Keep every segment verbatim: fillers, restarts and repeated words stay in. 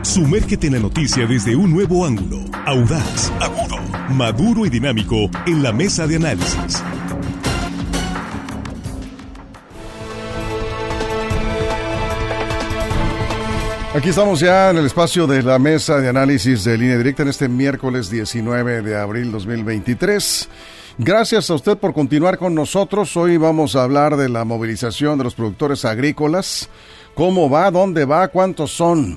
Sumérgete en la noticia desde un nuevo ángulo, audaz, agudo, maduro y dinámico en la mesa de análisis. Aquí estamos ya en el espacio de la mesa de análisis de Línea Directa en este miércoles diecinueve de abril dos mil veintitrés. Gracias a usted por continuar con nosotros. Hoy vamos a hablar de la movilización de los productores agrícolas. ¿Cómo va? ¿Dónde va? ¿Cuántos son?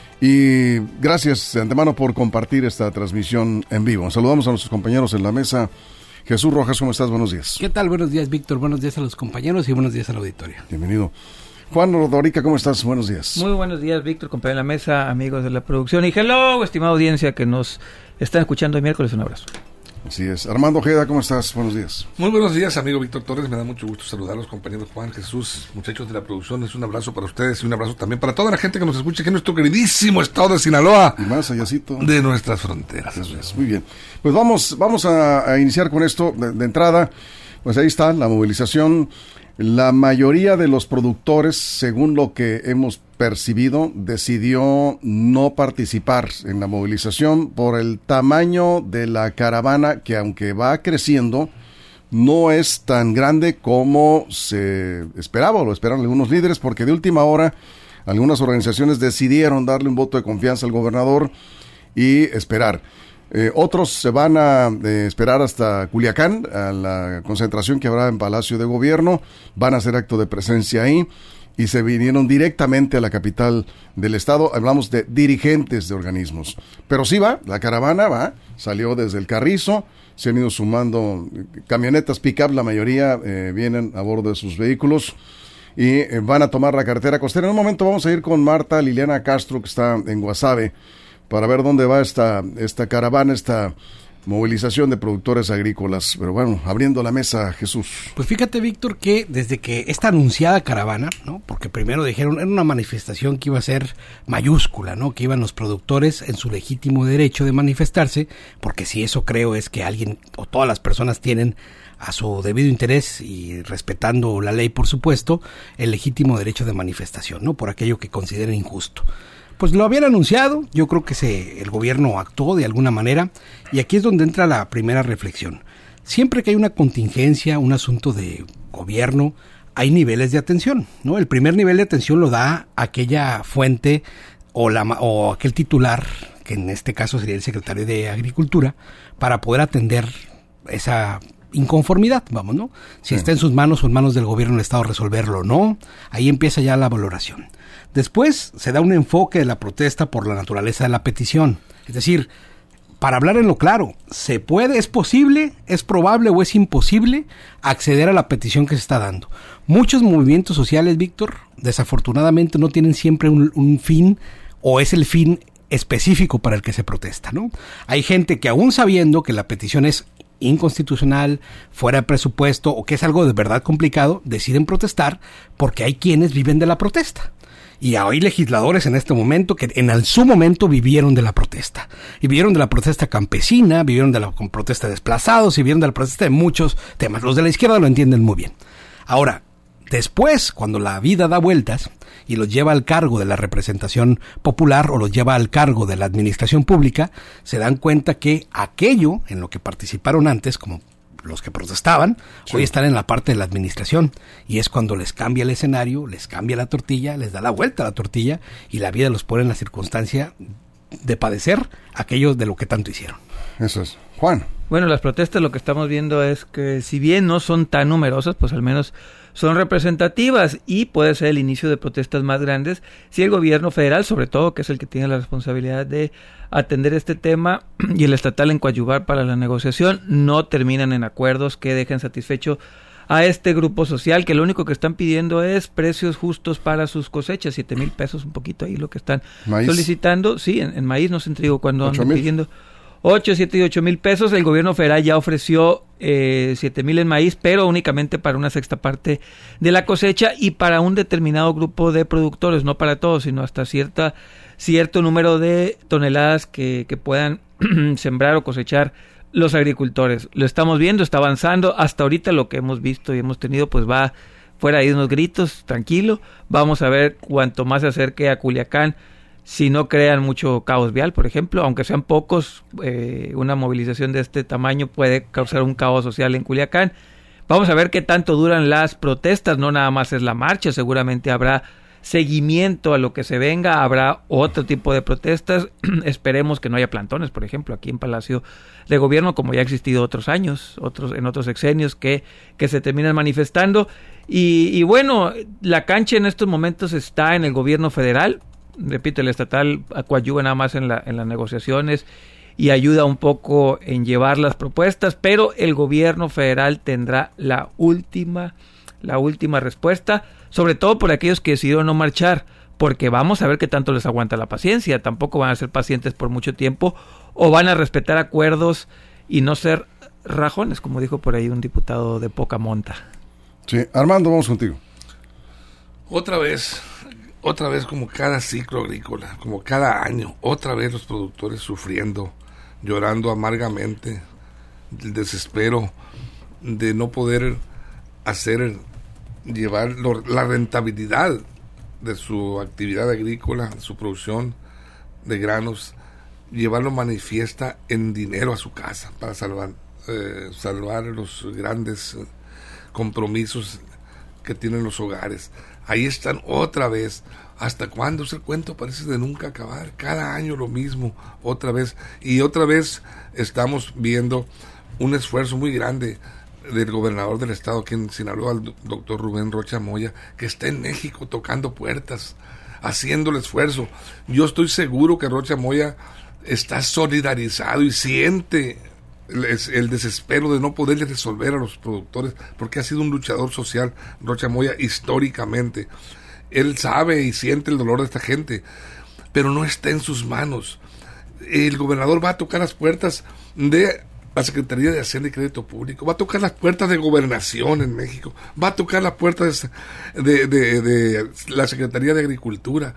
Y gracias de antemano por compartir esta transmisión en vivo. Saludamos a nuestros compañeros en la mesa. Jesús Rojas, ¿cómo estás? Buenos días. ¿Qué tal? Buenos días, Víctor. Buenos días a los compañeros y buenos días al auditorio. Bienvenido. Juan Rodorica, ¿cómo estás? Buenos días. Muy buenos días, Víctor, compañero de la mesa, amigos de la producción. Y hello, estimada audiencia que nos están escuchando el miércoles. Un abrazo. Así es. Armando Ojeda, ¿cómo estás? Buenos días. Muy buenos días, amigo Víctor Torres. Me da mucho gusto saludarlos, compañeros Juan, Jesús, muchachos de la producción. Es un abrazo para ustedes y un abrazo también para toda la gente que nos escucha aquí en nuestro queridísimo estado de Sinaloa. Y más allácito de nuestras fronteras. Eso es. Muy bien. Pues vamos, vamos a, a iniciar con esto. De, de entrada, pues ahí está la movilización. La mayoría de los productores, según lo que hemos percibido, decidió no participar en la movilización por el tamaño de la caravana, que aunque va creciendo, no es tan grande como se esperaba o lo esperaron algunos líderes, porque de última hora algunas organizaciones decidieron darle un voto de confianza al gobernador y esperar. Eh, otros se van a eh, esperar hasta Culiacán, a la concentración que habrá en Palacio de Gobierno, van a hacer acto de presencia ahí y se vinieron directamente a la capital del estado. Hablamos de dirigentes de organismos, pero sí va, la caravana va, salió desde el Carrizo, se han ido sumando camionetas pick-up, la mayoría eh, vienen a bordo de sus vehículos y eh, van a tomar la carretera costera. En un momento vamos a ir con Marta Liliana Castro, que está en Guasave, para ver dónde va esta, esta caravana, esta movilización de productores agrícolas. Pero bueno, abriendo la mesa, Jesús. Pues fíjate, Víctor, que desde que esta anunciada caravana, ¿no? Porque primero dijeron, era una manifestación que iba a ser mayúscula, ¿no? Que iban los productores en su legítimo derecho de manifestarse, porque si eso creo es que alguien o todas las personas tienen a su debido interés y respetando la ley, por supuesto, el legítimo derecho de manifestación, ¿no? Por aquello que consideren injusto. Pues lo habían anunciado, yo creo que se, el gobierno actuó de alguna manera, y aquí es donde entra la primera reflexión. Siempre que hay una contingencia, un asunto de gobierno, hay niveles de atención, ¿no? El primer nivel de atención lo da aquella fuente o, la, o aquel titular, que en este caso sería el secretario de Agricultura, para poder atender esa inconformidad, vamos, ¿no? Si sí. Está en sus manos o en manos del gobierno del estado resolverlo o no, ahí empieza ya la valoración. Después se da un enfoque de la protesta por la naturaleza de la petición. Es decir, para hablar en lo claro, ¿se puede, es posible, es probable o es imposible acceder a la petición que se está dando? Muchos movimientos sociales, Víctor, desafortunadamente no tienen siempre un, un fin o es el fin específico para el que se protesta, ¿no? Hay gente que aún sabiendo que la petición es inconstitucional, fuera de presupuesto o que es algo de verdad complicado, deciden protestar porque hay quienes viven de la protesta. Y hay legisladores en este momento que en su momento vivieron de la protesta. Y vivieron de la protesta campesina, vivieron de la protesta de desplazados y vivieron de la protesta de muchos temas. Los de la izquierda lo entienden muy bien. Ahora, después, cuando la vida da vueltas y los lleva al cargo de la representación popular o los lleva al cargo de la administración pública, se dan cuenta que aquello en lo que participaron antes, como los que protestaban, sí, hoy están en la parte de la administración, y es cuando les cambia el escenario, les cambia la tortilla, les da la vuelta a la tortilla, y la vida los pone en la circunstancia de padecer aquello de lo que tanto hicieron. Eso es. Juan. Bueno, las protestas lo que estamos viendo es que si bien no son tan numerosas, pues al menos son representativas y puede ser el inicio de protestas más grandes si el gobierno federal, sobre todo, que es el que tiene la responsabilidad de atender este tema, y el estatal en coadyuvar para la negociación, no terminan en acuerdos que dejen satisfecho a este grupo social, que lo único que están pidiendo es precios justos para sus cosechas, siete mil pesos, un poquito ahí lo que están maíz solicitando, sí, en, en maíz, no sé en trigo, cuando andan pidiendo ocho, siete y ocho mil pesos. El gobierno federal ya ofreció eh, siete mil en maíz, pero únicamente para una sexta parte de la cosecha y para un determinado grupo de productores, no para todos, sino hasta cierta cierto número de toneladas que, que puedan sembrar o cosechar los agricultores. Lo estamos viendo, está avanzando. Hasta ahorita lo que hemos visto y hemos tenido, pues va fuera de unos gritos, tranquilo. Vamos a ver cuanto más se acerque a Culiacán, si no crean mucho caos vial, por ejemplo, aunque sean pocos, eh, una movilización de este tamaño puede causar un caos social en Culiacán. Vamos a ver qué tanto duran las protestas, no nada más es la marcha, seguramente habrá seguimiento a lo que se venga, habrá otro tipo de protestas, esperemos que no haya plantones, por ejemplo, aquí en Palacio de Gobierno, como ya ha existido otros años, otros en otros sexenios que, que se terminan manifestando, y, y bueno, la cancha en estos momentos está en el gobierno federal, repito, el estatal coadyuva nada más en, la, en las negociaciones y ayuda un poco en llevar las propuestas, pero el gobierno federal tendrá la última, la última respuesta, sobre todo por aquellos que decidieron no marchar, porque vamos a ver qué tanto les aguanta la paciencia, tampoco van a ser pacientes por mucho tiempo, o van a respetar acuerdos y no ser rajones, como dijo por ahí un diputado de poca monta. Sí, Armando, vamos contigo. Otra vez, otra vez como cada ciclo agrícola, como cada año, otra vez los productores sufriendo, llorando amargamente, el desespero de no poder hacer, llevar lo, la rentabilidad de su actividad agrícola, de su producción de granos, llevarlo manifiesta en dinero a su casa para salvar, eh, salvar los grandes eh, compromisos que tienen los hogares. Ahí están otra vez. ¿Hasta cuándo? Ese cuento parece de nunca acabar. Cada año lo mismo, otra vez. Y otra vez estamos viendo un esfuerzo muy grande del gobernador del estado aquí en Sinaloa, el doctor Rubén Rocha Moya, que está en México tocando puertas, haciendo el esfuerzo. Yo estoy seguro que Rocha Moya está solidarizado y siente el, el desespero de no poderle resolver a los productores, porque ha sido un luchador social, Rocha Moya, históricamente. Él sabe y siente el dolor de esta gente, pero no está en sus manos. El gobernador va a tocar las puertas de la Secretaría de Hacienda y Crédito Público, va a tocar las puertas de Gobernación en México, va a tocar las puertas de, de, de la Secretaría de Agricultura,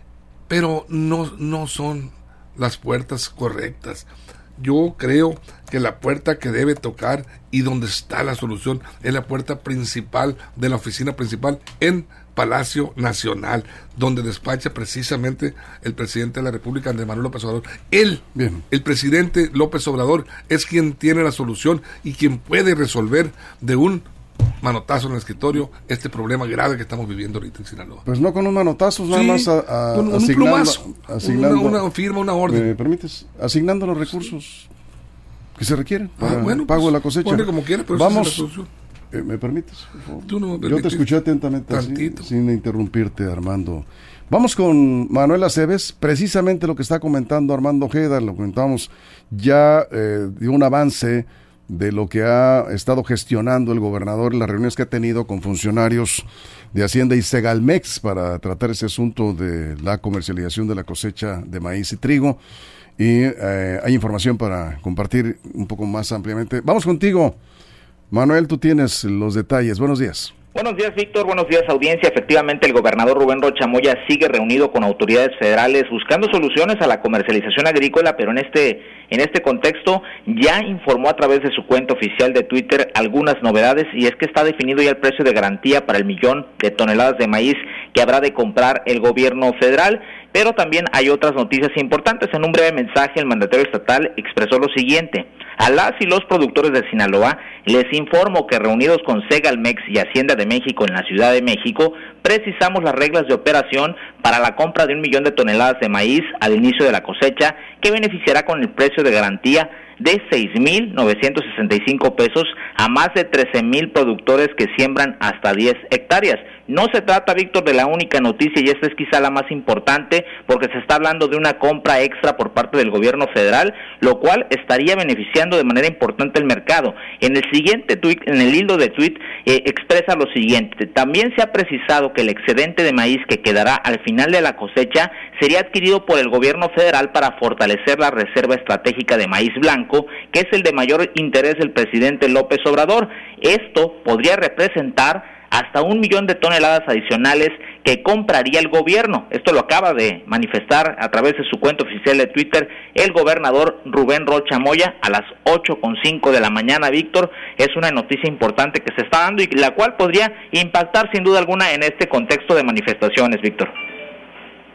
pero no, no son las puertas correctas. Yo creo que la puerta que debe tocar y donde está la solución es la puerta principal de la oficina principal en Palacio Nacional, donde despacha precisamente el presidente de la República, Andrés Manuel López Obrador. Él, Bien. el presidente López Obrador, es quien tiene la solución y quien puede resolver de un manotazo en el escritorio este problema grave que estamos viviendo ahorita en Sinaloa. Pues no con un manotazo, nada sí, más a, a, un, un asignando, plumazo, asignando una, una firma, una orden. ¿Me permites? Asignando los recursos que se requieren para ah, bueno, pago pues, de la cosecha. Pone como quiera, pero vamos. esa es la solución. Eh, ¿Me permites? Por favor? Tú no me Yo permites. te escuché atentamente así, Tantito. sin interrumpirte, Armando. Vamos con Manuel Aceves, precisamente lo que está comentando Armando Ojeda, lo comentamos ya eh, de un avance de lo que ha estado gestionando el gobernador en las reuniones que ha tenido con funcionarios de Hacienda y Segalmex para tratar ese asunto de la comercialización de la cosecha de maíz y trigo. Y eh, hay información para compartir un poco más ampliamente. Vamos contigo, Manuel, tú tienes los detalles. Buenos días. Buenos días, Víctor. Buenos días, audiencia. Efectivamente, el gobernador Rubén Rocha Moya sigue reunido con autoridades federales buscando soluciones a la comercialización agrícola, pero en este en este contexto ya informó a través de su cuenta oficial de Twitter algunas novedades, y es que está definido ya el precio de garantía para el millón de toneladas de maíz que habrá de comprar el gobierno federal. Pero también hay otras noticias importantes. En un breve mensaje, el mandatario estatal expresó lo siguiente: a las y los productores de Sinaloa les informo que reunidos con Segalmex y Hacienda de México en la Ciudad de México, precisamos las reglas de operación para la compra de un millón de toneladas de maíz al inicio de la cosecha, que beneficiará con el precio de garantía de seis mil novecientos sesenta y cinco pesos a más de trece mil productores que siembran hasta diez hectáreas. No se trata, Víctor, de la única noticia, y esta es quizá la más importante, porque se está hablando de una compra extra por parte del gobierno federal, lo cual estaría beneficiando de manera importante el mercado. En el siguiente tuit, en el hilo de tuit, eh, expresa lo siguiente: también se ha precisado que el excedente de maíz que quedará al final de la cosecha sería adquirido por el gobierno federal para fortalecer la reserva estratégica de maíz blanco, que es el de mayor interés del presidente López Obrador. Esto podría representar hasta un millón de toneladas adicionales que compraría el gobierno. Esto lo acaba de manifestar a través de su cuenta oficial de Twitter el gobernador Rubén Rocha Moya a las ocho con cinco de la mañana, Víctor. Es una noticia importante que se está dando y la cual podría impactar sin duda alguna en este contexto de manifestaciones, Víctor.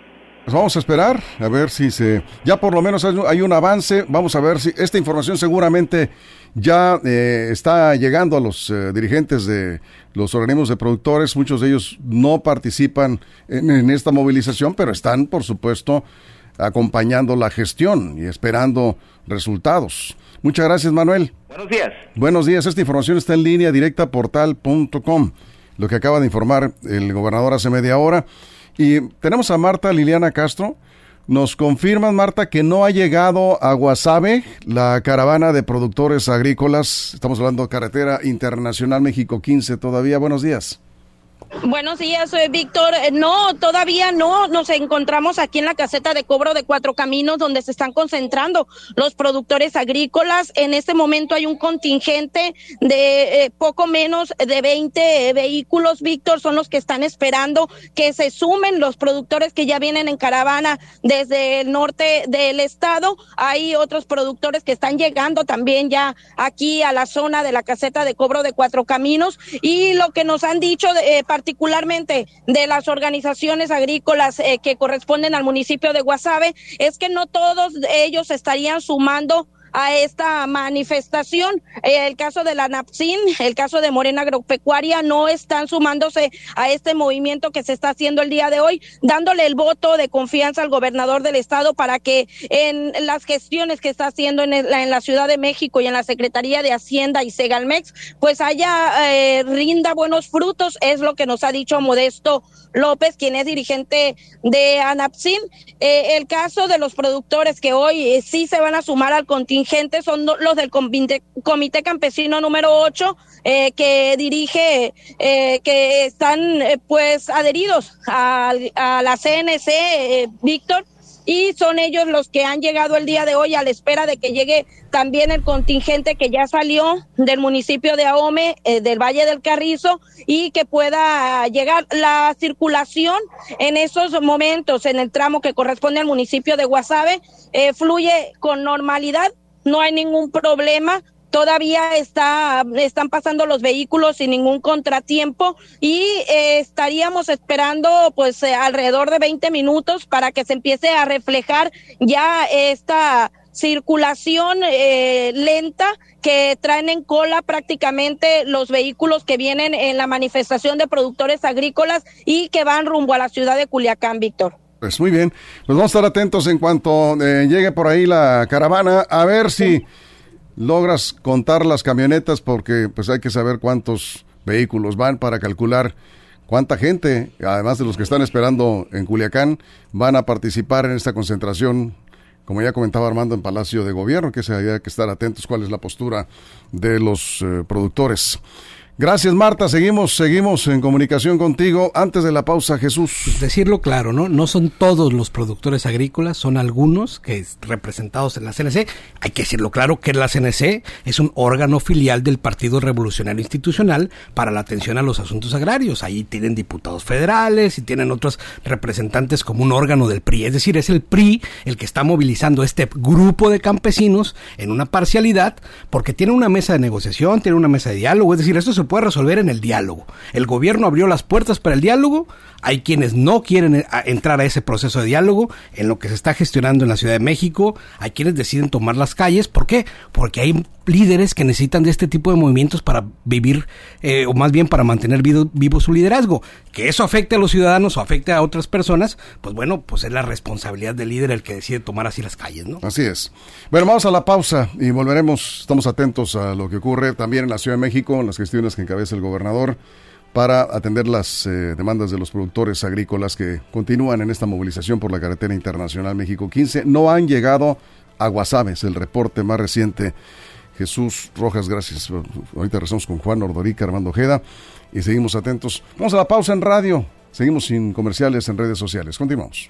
Pues vamos a esperar, a ver si se... Ya por lo menos hay, hay un avance, vamos a ver si esta información seguramente ya eh, está llegando a los eh, dirigentes de los organismos de productores. Muchos de ellos no participan en, en esta movilización, pero están, por supuesto, acompañando la gestión y esperando resultados. Muchas gracias, Manuel. Buenos días. Buenos días, esta información está en línea directa portal punto com, lo que acaba de informar el gobernador hace media hora. Y tenemos a Marta Liliana Castro. Nos confirman, Marta, que no ha llegado a Guasave la caravana de productores agrícolas. Estamos hablando de Carretera Internacional México quince todavía. Buenos días. Buenos días, soy Víctor. No, todavía no. Nos encontramos aquí en la caseta de cobro de Cuatro Caminos, donde se están concentrando los productores agrícolas. En este momento hay un contingente de eh, poco menos de veinte vehículos, Víctor, son los que están esperando que se sumen los productores que ya vienen en caravana desde el norte del estado. Hay otros productores que están llegando también ya aquí a la zona de la caseta de cobro de Cuatro Caminos, y lo que nos han dicho eh, particularmente de las organizaciones agrícolas eh, que corresponden al municipio de Guasave, es que no todos ellos estarían sumando a esta manifestación. Eh, el caso de la NAPSIN, el caso de Morena Agropecuaria, no están sumándose a este movimiento que se está haciendo el día de hoy, dándole el voto de confianza al gobernador del estado para que en las gestiones que está haciendo en, el, en la Ciudad de México y en la Secretaría de Hacienda y Segalmex, pues haya, eh, rinda buenos frutos, es lo que nos ha dicho Modesto López, quien es dirigente de ANAPSIN. Eh, el caso de los productores que hoy eh, sí se van a sumar al contingente son los del Comité, Comité Campesino número ocho, eh, que dirige, eh, que están eh, pues adheridos a, a la C N C, eh, Víctor, y son ellos los que han llegado el día de hoy a la espera de que llegue también el contingente que ya salió del municipio de Ahome, eh, del Valle del Carrizo, y que pueda llegar. La circulación en esos momentos, en el tramo que corresponde al municipio de Guasave, eh, fluye con normalidad, no hay ningún problema. Todavía está, están pasando los vehículos sin ningún contratiempo, y eh, estaríamos esperando pues eh, alrededor de veinte minutos para que se empiece a reflejar ya esta circulación eh, lenta que traen en cola prácticamente los vehículos que vienen en la manifestación de productores agrícolas y que van rumbo a la ciudad de Culiacán, Víctor. Pues muy bien, pues vamos a estar atentos en cuanto eh, llegue por ahí la caravana, a ver si sí. logras contar las camionetas, porque pues hay que saber cuántos vehículos van para calcular cuánta gente, además de los que están esperando en Culiacán, van a participar en esta concentración, como ya comentaba Armando, en Palacio de Gobierno, que se hay que estar atentos cuál es la postura de los eh, productores. Gracias, Marta, seguimos seguimos en comunicación contigo. Antes de la pausa, Jesús. Pues decirlo claro, ¿no? No son todos los productores agrícolas, son algunos que representados en la C N C. Hay que decirlo claro que la C N C es un órgano filial del Partido Revolucionario Institucional para la atención a los asuntos agrarios. Ahí tienen diputados federales y tienen otros representantes como un órgano del P R I. Es decir, es el P R I el que está movilizando este grupo de campesinos en una parcialidad, porque tiene una mesa de negociación, tiene una mesa de diálogo. Es decir, esto se puede resolver en el diálogo. El gobierno abrió las puertas para el diálogo. Hay quienes no quieren a entrar a ese proceso de diálogo en lo que se está gestionando en la Ciudad de México. Hay quienes deciden tomar las calles. ¿Por qué? Porque hay líderes que necesitan de este tipo de movimientos para vivir, eh, o más bien para mantener vivo, vivo su liderazgo. Que eso afecte a los ciudadanos o afecte a otras personas, pues bueno, pues es la responsabilidad del líder el que decide tomar así las calles, ¿no? Así es. Bueno, vamos a la pausa y volveremos. Estamos atentos a lo que ocurre también en la Ciudad de México, en las gestiones que encabeza el gobernador para atender las eh, demandas de los productores agrícolas que continúan en esta movilización por la Carretera Internacional México quince. No han llegado a Guasave, es el reporte más reciente. Jesús Rojas, gracias. Ahorita rezamos con Juan Ordorica, Armando Ojeda, y seguimos atentos. Vamos a la pausa en radio. Seguimos sin comerciales en redes sociales. Continuamos.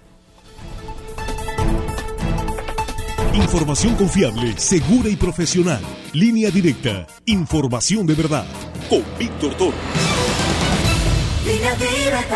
Información confiable, segura y profesional. Línea directa. Información de verdad. Con Víctor Toro. Línea directa.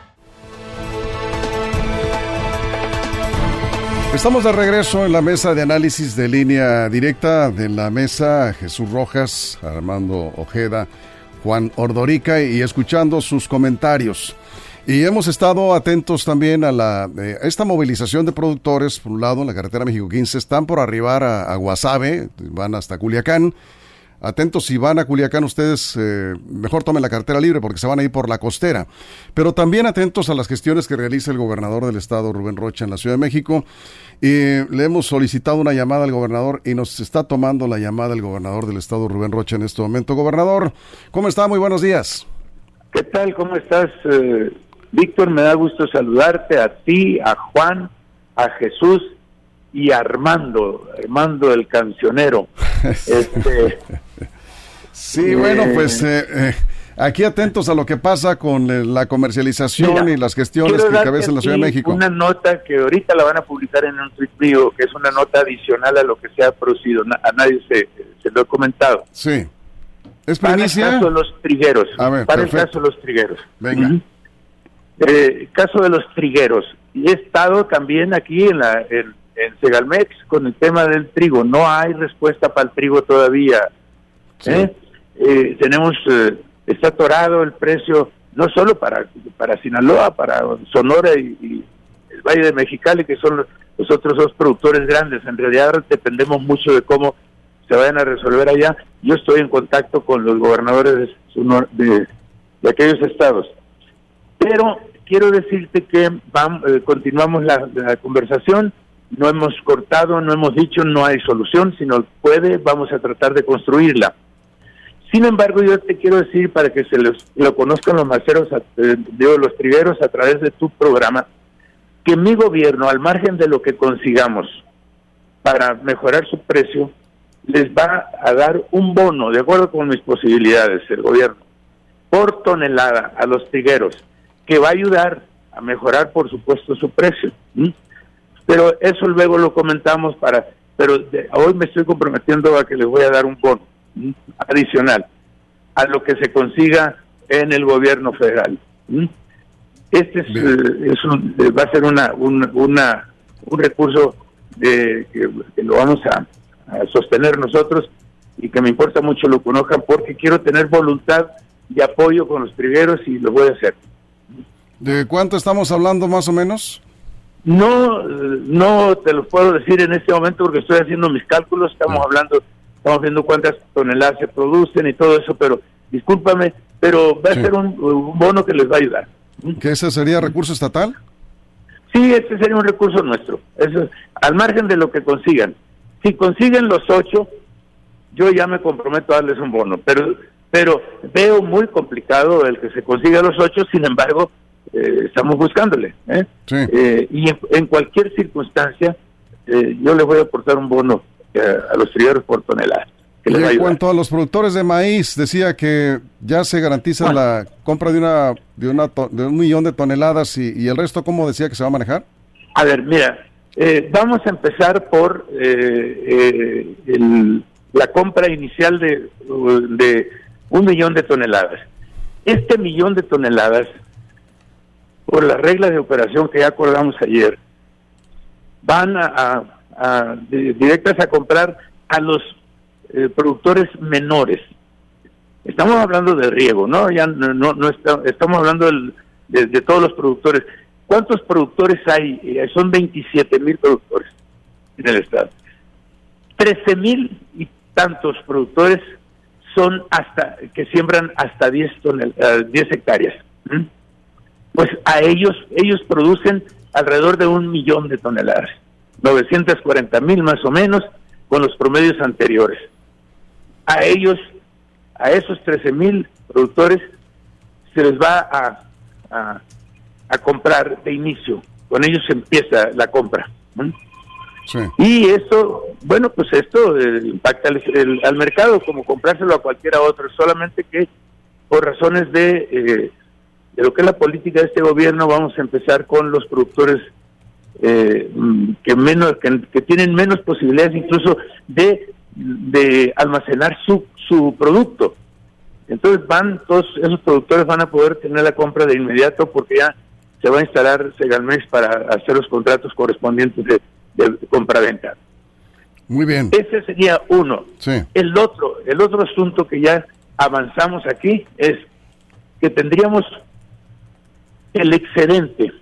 Estamos de regreso en la mesa de análisis de Línea Directa. De la mesa, Jesús Rojas, Armando Ojeda, Juan Ordorica, y escuchando sus comentarios. Y hemos estado atentos también a la eh, esta movilización de productores. Por un lado, en la carretera México quince, están por arribar a, a Guasave, van hasta Culiacán. Atentos, si van a Culiacán ustedes, eh, mejor tomen la carretera libre porque se van a ir por la costera. Pero también atentos a las gestiones que realiza el gobernador del estado, Rubén Rocha, en la Ciudad de México. Y le hemos solicitado una llamada al gobernador y nos está tomando la llamada el gobernador del estado, Rubén Rocha, en este momento. Gobernador, ¿cómo está? Muy buenos días. ¿Qué tal? ¿Cómo estás, eh, Víctor? Me da gusto saludarte a ti, a Juan, a Jesús y a Armando, Armando el cancionero. Este, sí, bueno, pues eh, eh, aquí atentos a lo que pasa con eh, la comercialización mira, y las gestiones que encabeza la Ciudad de México. Una nota que ahorita la van a publicar en un tweet mío, que es una nota adicional a lo que se ha producido. Na- a nadie se, se lo he comentado. Sí. ¿Es Para el primicia? caso de los trigueros. A ver, para perfecto. el caso de los trigueros. Venga. Uh-huh. Eh, caso de los trigueros. Y he estado también aquí en la en, en Segalmex con el tema del trigo. No hay respuesta para el trigo todavía. Sí. ¿Eh? Eh, tenemos, eh, está atorado el precio, no solo para, para Sinaloa, para Sonora y, y el Valle de Mexicali, que son los, los otros dos productores grandes. En realidad dependemos mucho de cómo se vayan a resolver allá. Yo estoy en contacto con los gobernadores de, Sonora, de, de aquellos estados. Pero quiero decirte que vamos, eh, continuamos la, la conversación, no hemos cortado, no hemos dicho no hay solución, sino puede, vamos a tratar de construirla. Sin embargo, yo te quiero decir, para que se los, lo conozcan los maceros, eh, digo, los trigueros a través de tu programa, que mi gobierno, al margen de lo que consigamos para mejorar su precio, les va a dar un bono, de acuerdo con mis posibilidades, el gobierno, por tonelada a los trigueros, que va a ayudar a mejorar, por supuesto, su precio. ¿Mm? Pero eso luego lo comentamos para... Pero de, hoy me estoy comprometiendo a que les voy a dar un bono ¿Mm? adicional a lo que se consiga en el gobierno federal. ¿Mm? Este es, eh, es un, eh, va a ser una, un, una un recurso de, que, que lo vamos a, a sostener nosotros y que me importa mucho lo conozcan porque quiero tener voluntad y apoyo con los trigueros y lo voy a hacer. ¿De cuánto estamos hablando más o menos? No, no te lo puedo decir en este momento porque estoy haciendo mis cálculos, estamos sí. hablando, estamos viendo cuántas toneladas se producen y todo eso, pero discúlpame, pero va a sí. ser un, un bono que les va a ayudar. ¿Que ese sería recurso estatal? Sí, ese sería un recurso nuestro, eso, al margen de lo que consigan. Si consiguen los ocho, yo ya me comprometo a darles un bono, pero, pero veo muy complicado el que se consiga los ocho, sin embargo, Eh, estamos buscándole ¿eh? Sí. Eh, y en, en cualquier circunstancia eh, yo les voy a aportar un bono eh, a los trigueros por tonelada que y les va a en ayudar. cuanto a los productores de maíz, decía que ya se garantiza bueno. la compra de una de una to- de un millón de toneladas y, y el resto, ¿cómo decía que se va a manejar? A ver, mira, eh, vamos a empezar por eh, eh, el, la compra inicial de, de un millón de toneladas. Este millón de toneladas, por las reglas de operación que ya acordamos ayer, van a, a, a de, directas a comprar a los eh, productores menores. Estamos hablando de riego, ¿no? Ya no, no, no está, estamos hablando del, de, de todos los productores. ¿Cuántos productores hay? Eh, son veintisiete mil productores en el estado. trece mil y tantos productores son hasta que siembran hasta diez tonel, uh, diez hectáreas. ¿Mm? Pues a ellos, ellos producen alrededor de un millón de toneladas, novecientos cuarenta mil más o menos, con los promedios anteriores. A ellos, a esos trece mil productores, se les va a, a, a comprar de inicio, con ellos empieza la compra. ¿Mm? Sí. Y esto, bueno, pues esto eh, impacta el, el, al mercado, como comprárselo a cualquiera otro, solamente que por razones de... Eh, de lo que es la política de este gobierno, vamos a empezar con los productores eh, que menos que, que tienen menos posibilidades incluso de, de almacenar su, su producto. Entonces van todos esos productores van a poder tener la compra de inmediato porque ya se va a instalar Segalmex para hacer los contratos correspondientes de, de compra-venta. Muy bien. Ese sería uno. Sí. El otro, el otro asunto que ya avanzamos aquí es que tendríamos el excedente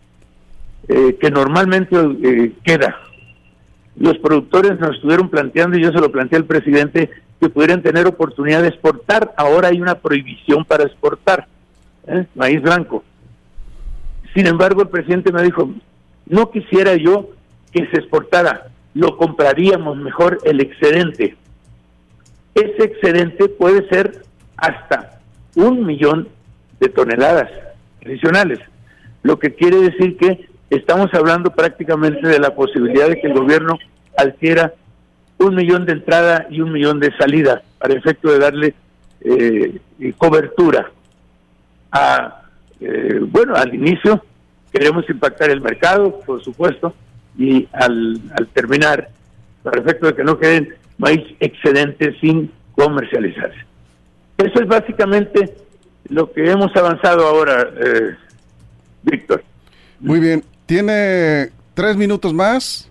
eh, que normalmente eh, queda. Los productores nos estuvieron planteando, y yo se lo planteé al presidente, que pudieran tener oportunidad de exportar. Ahora hay una prohibición para exportar ¿eh? maíz blanco. Sin embargo, el presidente me dijo, no quisiera yo que se exportara, lo compraríamos mejor el excedente. Ese excedente puede ser hasta un millón de toneladas adicionales, lo que quiere decir que estamos hablando prácticamente de la posibilidad de que el gobierno adquiera un millón de entrada y un millón de salida, para efecto de darle eh, cobertura a, eh, bueno, al inicio queremos impactar el mercado, por supuesto, y al, al terminar, para efecto de que no queden maíz excedentes sin comercializarse. Eso es básicamente lo que hemos avanzado ahora, eh, Víctor. Muy bien. ¿Tiene tres minutos más?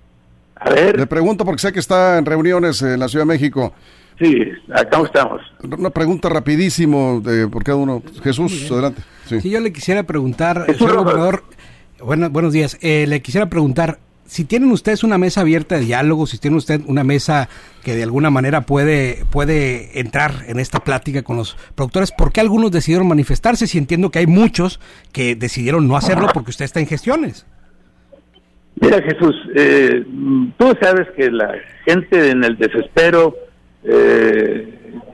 A ver. Le pregunto porque sé que está en reuniones en la Ciudad de México. Sí, acá estamos. Una pregunta rapidísimo de por cada uno. Jesús, adelante. Sí. sí, yo le quisiera preguntar, señor gobernador, bueno, buenos días, eh, le quisiera preguntar, si tienen ustedes una mesa abierta de diálogo, si tienen usted una mesa que de alguna manera puede puede entrar en esta plática con los productores, ¿por qué algunos decidieron manifestarse? Si entiendo que hay muchos que decidieron no hacerlo porque usted está en gestiones. Mira, Jesús, eh, tú sabes que la gente en el desespero eh,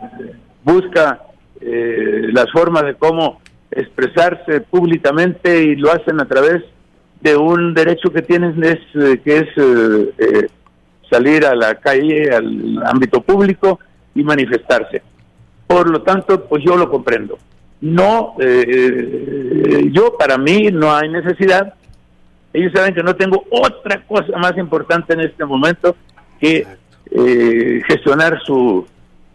busca eh, las formas de cómo expresarse públicamente, y lo hacen a través de un derecho que tienen, es, eh, que es eh, eh, salir a la calle, al ámbito público y manifestarse. Por lo tanto, pues yo lo comprendo. No, eh, yo para mí no hay necesidad. Ellos saben que no tengo otra cosa más importante en este momento que eh, gestionar su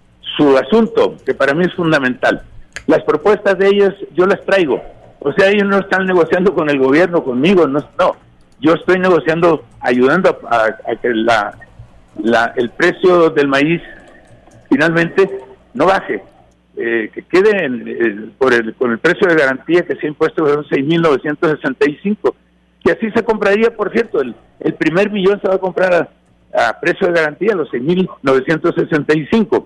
su asunto, que para mí es fundamental. Las propuestas de ellos yo las traigo. O sea, ellos no están negociando con el gobierno, conmigo, no, no. Yo estoy negociando, ayudando a, a, a que la, la el precio del maíz finalmente no baje, eh, que quede en, eh, por el, con el precio de garantía que se ha impuesto, son seis mil novecientos sesenta y cinco, que así se compraría, por cierto, el, el primer millón se va a comprar a, a precio de garantía, los seis mil novecientos sesenta y cinco.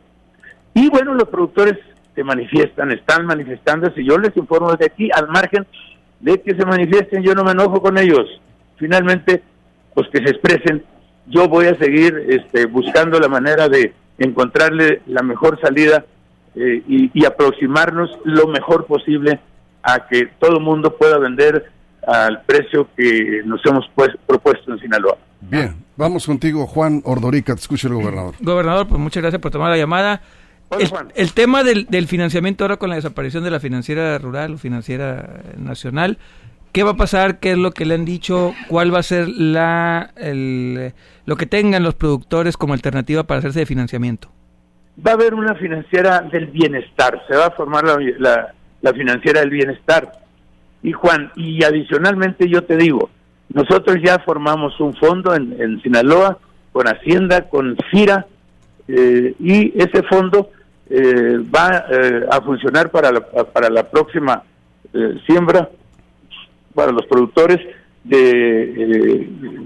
Y bueno, los productores se manifiestan, están manifestándose, y yo les informo desde aquí, al margen de que se manifiesten, yo no me enojo con ellos. Finalmente, pues que se expresen. Yo voy a seguir este, buscando la manera de encontrarle la mejor salida eh, y, y aproximarnos lo mejor posible a que todo el mundo pueda vender al precio que nos hemos pues, propuesto en Sinaloa. Bien, vamos contigo, Juan Ordorica, te escucha el gobernador. Gobernador, pues muchas gracias por tomar la llamada. El, el tema del, del financiamiento ahora con la desaparición de la financiera rural o financiera nacional, ¿qué va a pasar? ¿Qué es lo que le han dicho? ¿Cuál va a ser la el, lo que tengan los productores como alternativa para hacerse de financiamiento? Va a haber una financiera del bienestar, se va a formar la, la, la financiera del bienestar. Y Juan, y adicionalmente yo te digo, nosotros ya formamos un fondo en, en Sinaloa, con Hacienda, con FIRA, eh, y ese fondo Eh, va eh, a funcionar para la, para la próxima eh, siembra, para los productores de eh,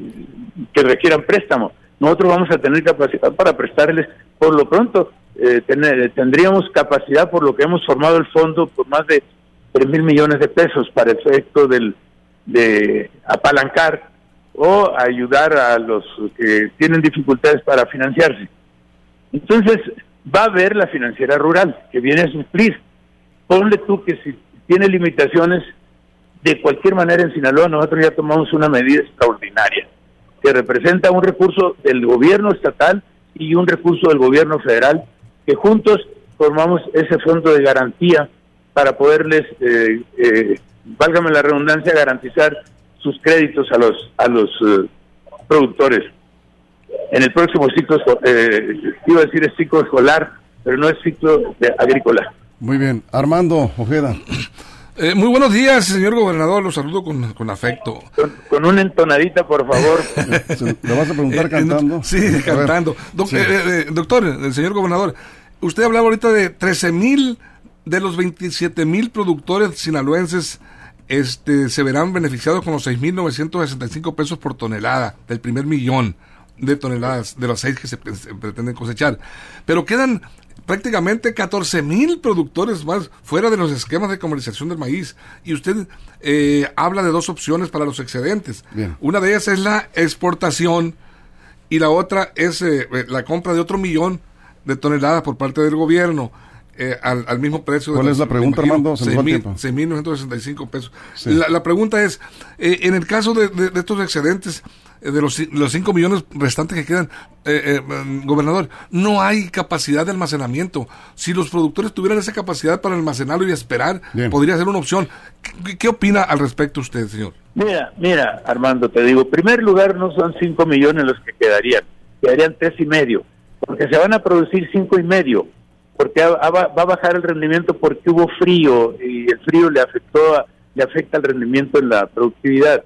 que requieran préstamo. Nosotros vamos a tener capacidad para prestarles. Por lo pronto eh, tener, tendríamos capacidad, por lo que hemos formado el fondo, por más de tres mil millones de pesos para efecto del de apalancar o ayudar a los que tienen dificultades para financiarse. Entonces va a haber la financiera rural, que viene a suplir. Ponle tú que si tiene limitaciones, de cualquier manera en Sinaloa nosotros ya tomamos una medida extraordinaria, que representa un recurso del gobierno estatal y un recurso del gobierno federal, que juntos formamos ese fondo de garantía para poderles, eh, eh, válgame la redundancia, garantizar sus créditos a los, a los eh, productores. En el próximo ciclo, eh, iba a decir es ciclo escolar, pero no es ciclo de agrícola. Muy bien. Armando Ojeda. Eh, muy buenos días, señor gobernador, los saludo con, con afecto. Con, con una entonadita, por favor. ¿Le vas a preguntar eh, cantando? Sí, cantando. Doc, sí. Eh, eh, doctor, el señor gobernador, usted hablaba ahorita de trece mil de los veintisiete mil productores sinaloenses este, se verán beneficiados con los seis mil novecientos sesenta y cinco pesos por tonelada del primer millón de toneladas de los seis que se, se pretenden cosechar. Pero quedan prácticamente catorce mil productores más fuera de los esquemas de comercialización del maíz. Y usted eh, habla de dos opciones para los excedentes. Bien. Una de ellas es la exportación y la otra es eh, la compra de otro millón de toneladas por parte del gobierno. Eh, al, al mismo precio. ¿Cuál de es la pregunta, Armando? seis mil novecientos sesenta y cinco pesos. Sí. La, la pregunta es, eh, en el caso de, de, de estos excedentes, eh, de los, los cinco millones restantes que quedan, eh, eh, gobernador, no hay capacidad de almacenamiento. Si los productores tuvieran esa capacidad para almacenarlo y esperar, Bien. podría ser una opción. ¿Qué, qué opina al respecto usted, señor? Mira, mira, Armando, te digo, en primer lugar no son cinco millones los que quedarían, quedarían tres y medio, porque se van a producir cinco y medio. Porque va a bajar el rendimiento porque hubo frío y el frío le afectó a, le afecta el rendimiento en la productividad.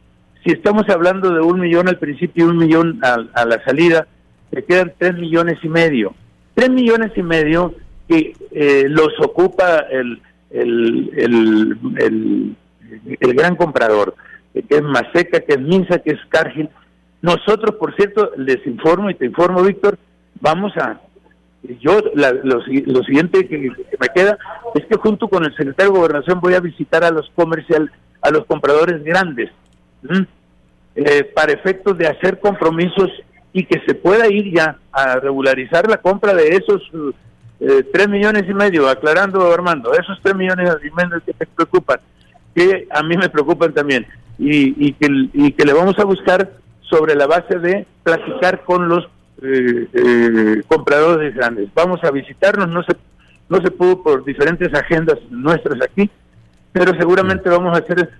Si estamos hablando de un millón al principio y un millón a, a la salida, te quedan tres millones y medio. Tres millones y medio que eh, los ocupa el el, el, el, el gran comprador, que es Maseca, que es Minsa, que es Cargill. Nosotros, por cierto, les informo y te informo, Víctor, vamos a... Yo, la, lo, lo siguiente que, que me queda es que junto con el secretario de Gobernación voy a visitar a los comercial, a los compradores grandes, ¿m? Eh, para efectos de hacer compromisos y que se pueda ir ya a regularizar la compra de esos eh, tres millones y medio, aclarando, Armando, esos tres millones y medio que te preocupan, que a mí me preocupan también, y, y, que, y que le vamos a buscar sobre la base de platicar con los Eh, eh, compradores grandes. Vamos a visitarnos, no se no se pudo por diferentes agendas nuestras aquí, pero seguramente vamos a hacer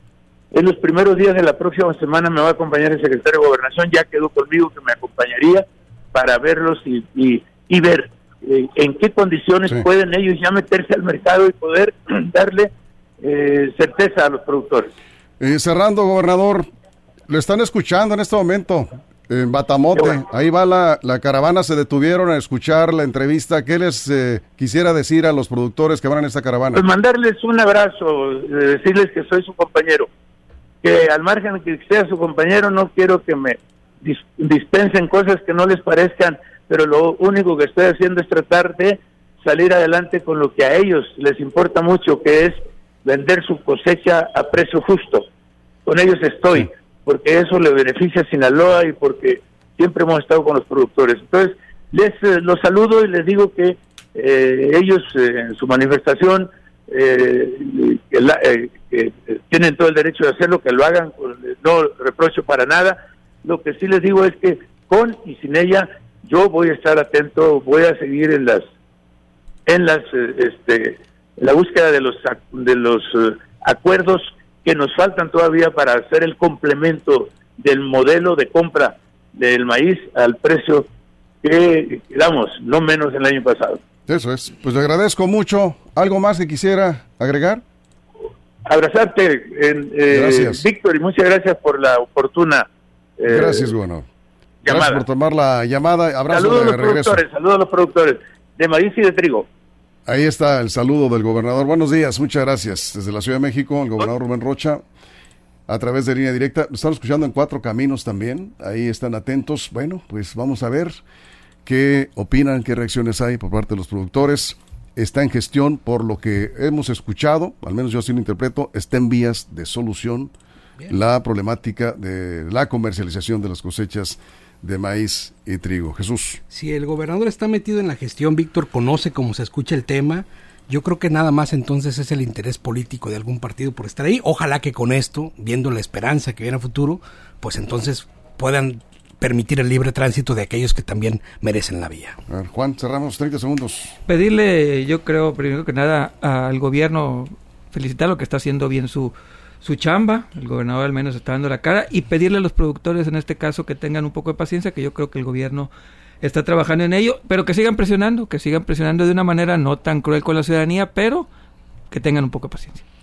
en los primeros días de la próxima semana. Me va a acompañar el secretario de Gobernación, ya quedó conmigo que me acompañaría para verlos y, y, y ver eh, en qué condiciones sí. pueden ellos ya meterse al mercado y poder darle eh, certeza a los productores. Eh, cerrando, gobernador, lo están escuchando en este momento. En Batamote, bueno. ahí va la, la caravana, se detuvieron a escuchar la entrevista. ¿Qué les eh, quisiera decir a los productores que van en esta caravana? Pues mandarles un abrazo, eh, decirles que soy su compañero, que al margen de que sea su compañero, no quiero que me dis dispensen cosas que no les parezcan, pero lo único que estoy haciendo es tratar de salir adelante con lo que a ellos les importa mucho, que es vender su cosecha a precio justo. Con ellos estoy. Sí. Porque eso le beneficia a Sinaloa y porque siempre hemos estado con los productores. Entonces, les eh, los saludo y les digo que eh, ellos eh, en su manifestación eh, que la, eh, que tienen todo el derecho de hacerlo, que lo hagan, no reprocho para nada. Lo que sí les digo es que con y sin ella yo voy a estar atento, voy a seguir en las en las eh, este en la búsqueda de los de los eh, acuerdos que nos faltan todavía para hacer el complemento del modelo de compra del maíz al precio que damos, no menos el año pasado. Eso es. Pues le agradezco mucho. ¿Algo más que quisiera agregar? Abrazarte, eh, gracias. Víctor, y muchas gracias por la oportuna eh, Gracias, bueno. Gracias llamada. por tomar la llamada. Abrazo saludos de a los regreso. productores, saludos a los productores de maíz y de trigo. Ahí está el saludo del gobernador. Buenos días, muchas gracias. Desde la Ciudad de México, el gobernador Rubén Rocha, a través de Línea Directa. Estamos escuchando en Cuatro Caminos también. Ahí están atentos. Bueno, pues vamos a ver qué opinan, qué reacciones hay por parte de los productores. Está en gestión, por lo que hemos escuchado, al menos yo así lo interpreto, está en vías de solución Bien. la problemática de la comercialización de las cosechas de maíz y trigo. Jesús. Si el gobernador está metido en la gestión, Víctor, conoce cómo se escucha el tema, yo creo que nada más entonces es el interés político de algún partido por estar ahí. Ojalá que con esto, viendo la esperanza que viene a futuro, pues entonces puedan permitir el libre tránsito de aquellos que también merecen la vía. A ver, Juan, cerramos treinta segundos. Pedirle, yo creo, primero que nada, al gobierno, felicitar lo que está haciendo bien su su chamba, el gobernador al menos está dando la cara, y pedirle a los productores en este caso que tengan un poco de paciencia, que yo creo que el gobierno está trabajando en ello, pero que sigan presionando, que sigan presionando de una manera no tan cruel con la ciudadanía, pero que tengan un poco de paciencia.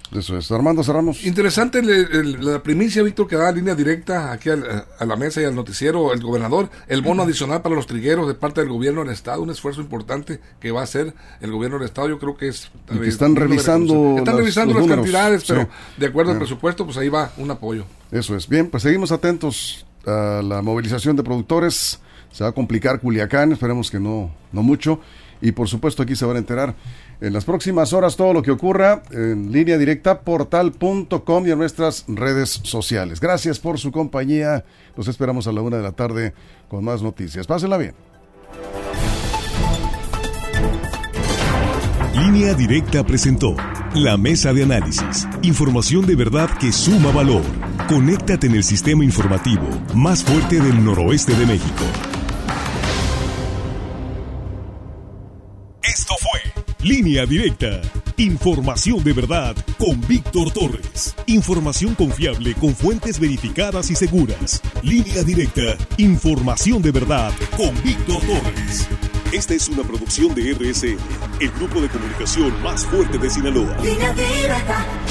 Eso es. Armando, cerramos. Interesante el, el, la primicia, Víctor, que da línea directa aquí al, a la mesa y al noticiero el gobernador, el bono adicional para los trigueros de parte del gobierno del estado, un esfuerzo importante que va a hacer el gobierno del estado. Yo creo que es... Y que están revisando Están las, revisando las números, cantidades, pero sí. de acuerdo ah. al presupuesto, pues ahí va un apoyo. Eso es. Bien, pues seguimos atentos a la movilización de productores. Se va a complicar Culiacán, esperemos que no, no mucho. Y por supuesto aquí se van a enterar en las próximas horas todo lo que ocurra en línea directa, portal punto com y en nuestras redes sociales. Gracias por su compañía. Los esperamos a la una de la tarde con más noticias. Pásenla bien. Línea Directa presentó la mesa de análisis. Información de verdad que suma valor. Conéctate en el sistema informativo más fuerte del noroeste de México. Esto fue Línea Directa. Información de verdad con Víctor Torres. Información confiable con fuentes verificadas y seguras. Línea Directa. Información de verdad con Víctor Torres. Esta es una producción de R S N, el grupo de comunicación más fuerte de Sinaloa. Línea Directa.